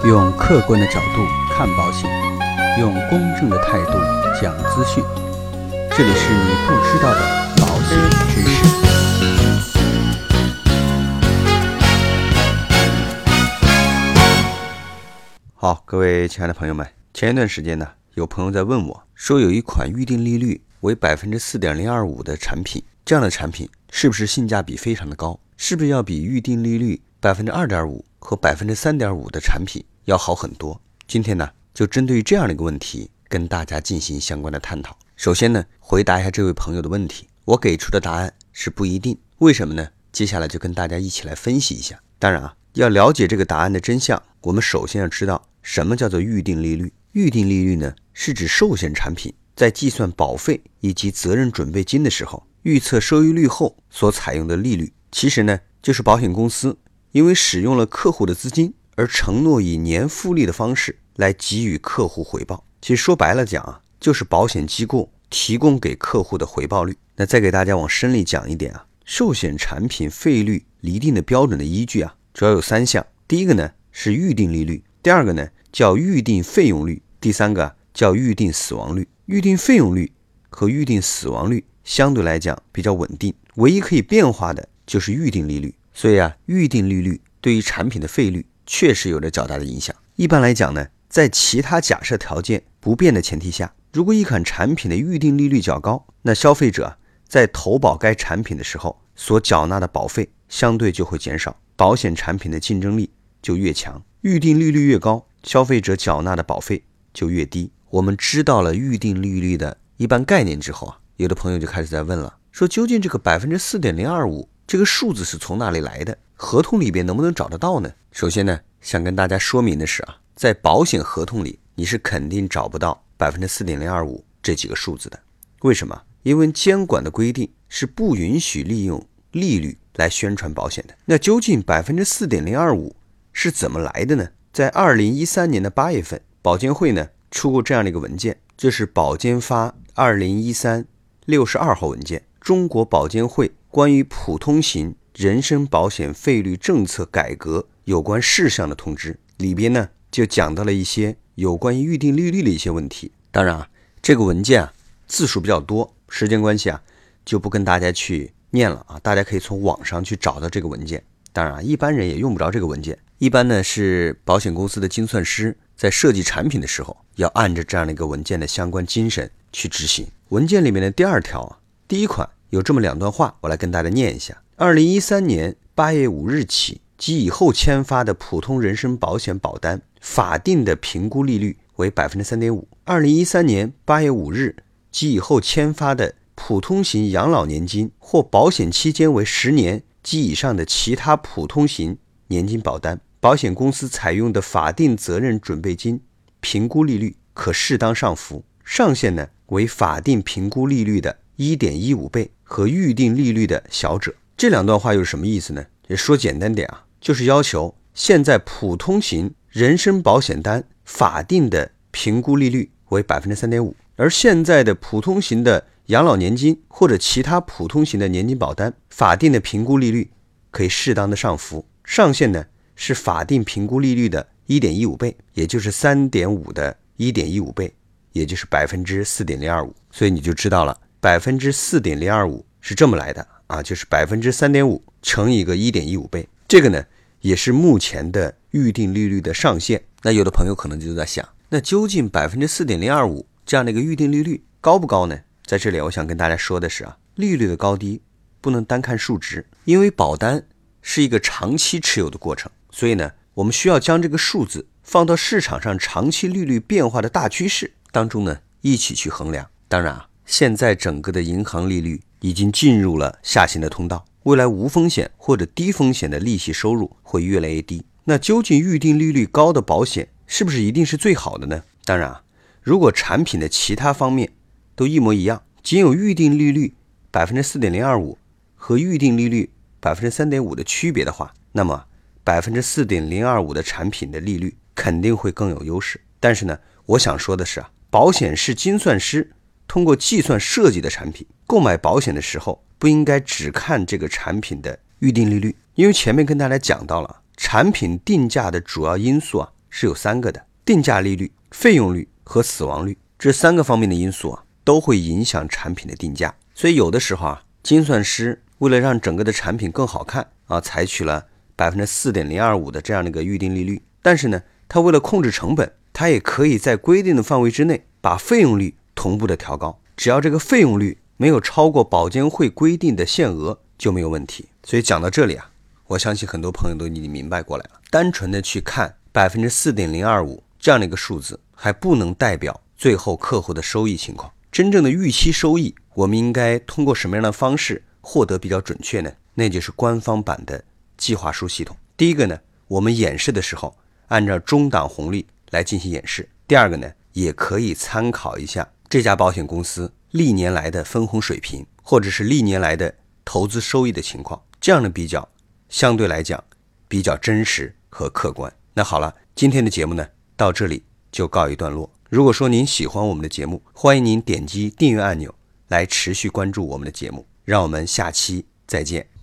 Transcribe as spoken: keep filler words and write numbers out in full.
用客观的角度看保险，用公正的态度讲资讯。这里是你不知道的保险知识。好，各位亲爱的朋友们，前一段时间呢，有朋友在问我，说有一款预定利率为 百分之四点零二五 的产品，这样的产品是不是性价比非常的高？是不是要比预定利率 百分之二点五 和 百分之三点五 的产品要好很多？今天呢，就针对于这样的一个问题跟大家进行相关的探讨。首先呢，回答一下这位朋友的问题，我给出的答案是不一定。为什么呢？接下来就跟大家一起来分析一下。当然啊，要了解这个答案的真相，我们首先要知道什么叫做预定利率。预定利率呢，是指寿险产品在计算保费以及责任准备金的时候，预测收益率后所采用的利率。其实呢，就是保险公司因为使用了客户的资金而承诺以年复利的方式来给予客户回报。其实说白了讲啊，就是保险机构提供给客户的回报率。那再给大家往深里讲一点啊，寿险产品费率厘定的标准的依据啊，主要有三项。第一个呢是预定利率，第二个呢叫预定费用率，第三个、啊、叫预定死亡率。预定费用率和预定死亡率相对来讲比较稳定，唯一可以变化的就是预定利率。所以啊，预定利率对于产品的费率确实有着较大的影响。一般来讲呢，在其他假设条件不变的前提下，如果一款产品的预定利率较高，那消费者在投保该产品的时候所缴纳的保费相对就会减少，保险产品的竞争力就越强。预定利率越高，消费者缴纳的保费就越低。我们知道了预定利率的一般概念之后啊，有的朋友就开始在问了，说究竟这个 百分之四点零二五 这个数字是从哪里来的？合同里边能不能找得到呢？首先呢，想跟大家说明的是啊，在保险合同里你是肯定找不到 百分之四点零二五 这几个数字的。为什么？因为监管的规定是不允许利用利率来宣传保险的。那究竟 百分之四点零二五 是怎么来的呢？在二零一三年的八月份，保监会呢出过这样的一个文件，这是保监发二零一三六十二号文件，中国保监会关于普通型人身保险费率政策改革有关事项的通知，里边呢就讲到了一些有关于预定利率的一些问题。当然啊，这个文件啊字数比较多，时间关系啊就不跟大家去念了啊，大家可以从网上去找到这个文件。当然啊，一般人也用不着这个文件，一般呢是保险公司的精算师在设计产品的时候要按着这样的一个文件的相关精神去执行。文件里面的第二条啊，第一款有这么两段话，我来跟大家念一下。二零一三年八月五日起及以后签发的普通人身保险保单法定的评估利率为 百分之三点五。 二零一三年八月五日及以后签发的普通型养老年金或保险期间为十年及以上的其他普通型年金保单，保险公司采用的法定责任准备金评估利率可适当上浮，上限呢为法定评估利率的 一点一五 倍和预定利率的小者。这两段话又是什么意思呢？也说简单点啊，就是要求现在普通型人身保险单法定的评估利率为 百分之三点五， 而现在的普通型的养老年金或者其他普通型的年金保单法定的评估利率可以适当的上浮，上限呢是法定评估利率的 一点一五 倍，也就是 三点五 的 一点一五 倍，也就是 百分之四点零二五。 所以你就知道了 百分之四点零二五 是这么来的啊，就是 百分之三点五 乘以一个 一点一五 倍。这个呢也是目前的预定利率的上限。那有的朋友可能就在想，那究竟 百分之四点零二五 这样的一个预定利率高不高呢？在这里我想跟大家说的是啊，利率的高低不能单看数值，因为保单是一个长期持有的过程，所以呢我们需要将这个数字放到市场上长期利率变化的大趋势当中呢一起去衡量。当然啊，现在整个的银行利率已经进入了下行的通道，未来无风险或者低风险的利息收入会越来越低。那究竟预定利率高的保险是不是一定是最好的呢？当然啊，如果产品的其他方面都一模一样，仅有预定利率 百分之四点零二五 和预定利率 百分之三点五 的区别的话，那么 百分之四点零二五 的产品的利率肯定会更有优势。但是呢，我想说的是啊，保险是精算师通过计算设计的产品，购买保险的时候不应该只看这个产品的预定利率，因为前面跟大家讲到了，产品定价的主要因素啊是有三个的：定价利率、费用率和死亡率。这三个方面的因素啊，都会影响产品的定价。所以有的时候啊，精算师为了让整个的产品更好看啊，采取了 百分之四点零二五 的这样的一个预定利率。但是呢，他为了控制成本，他也可以在规定的范围之内把费用率同步的调高，只要这个费用率没有超过保监会规定的限额就没有问题。所以讲到这里啊，我相信很多朋友都已经明白过来了。单纯的去看 百分之四点零二五 这样的一个数字，还不能代表最后客户的收益情况。真正的预期收益，我们应该通过什么样的方式获得比较准确呢？那就是官方版的计划书系统。第一个呢，我们演示的时候按照中档红利来进行演示。第二个呢，也可以参考一下这家保险公司历年来的分红水平，或者是历年来的投资收益的情况，这样的比较相对来讲比较真实和客观。那好了，今天的节目呢，到这里就告一段落。如果说您喜欢我们的节目，欢迎您点击订阅按钮来持续关注我们的节目。让我们下期再见。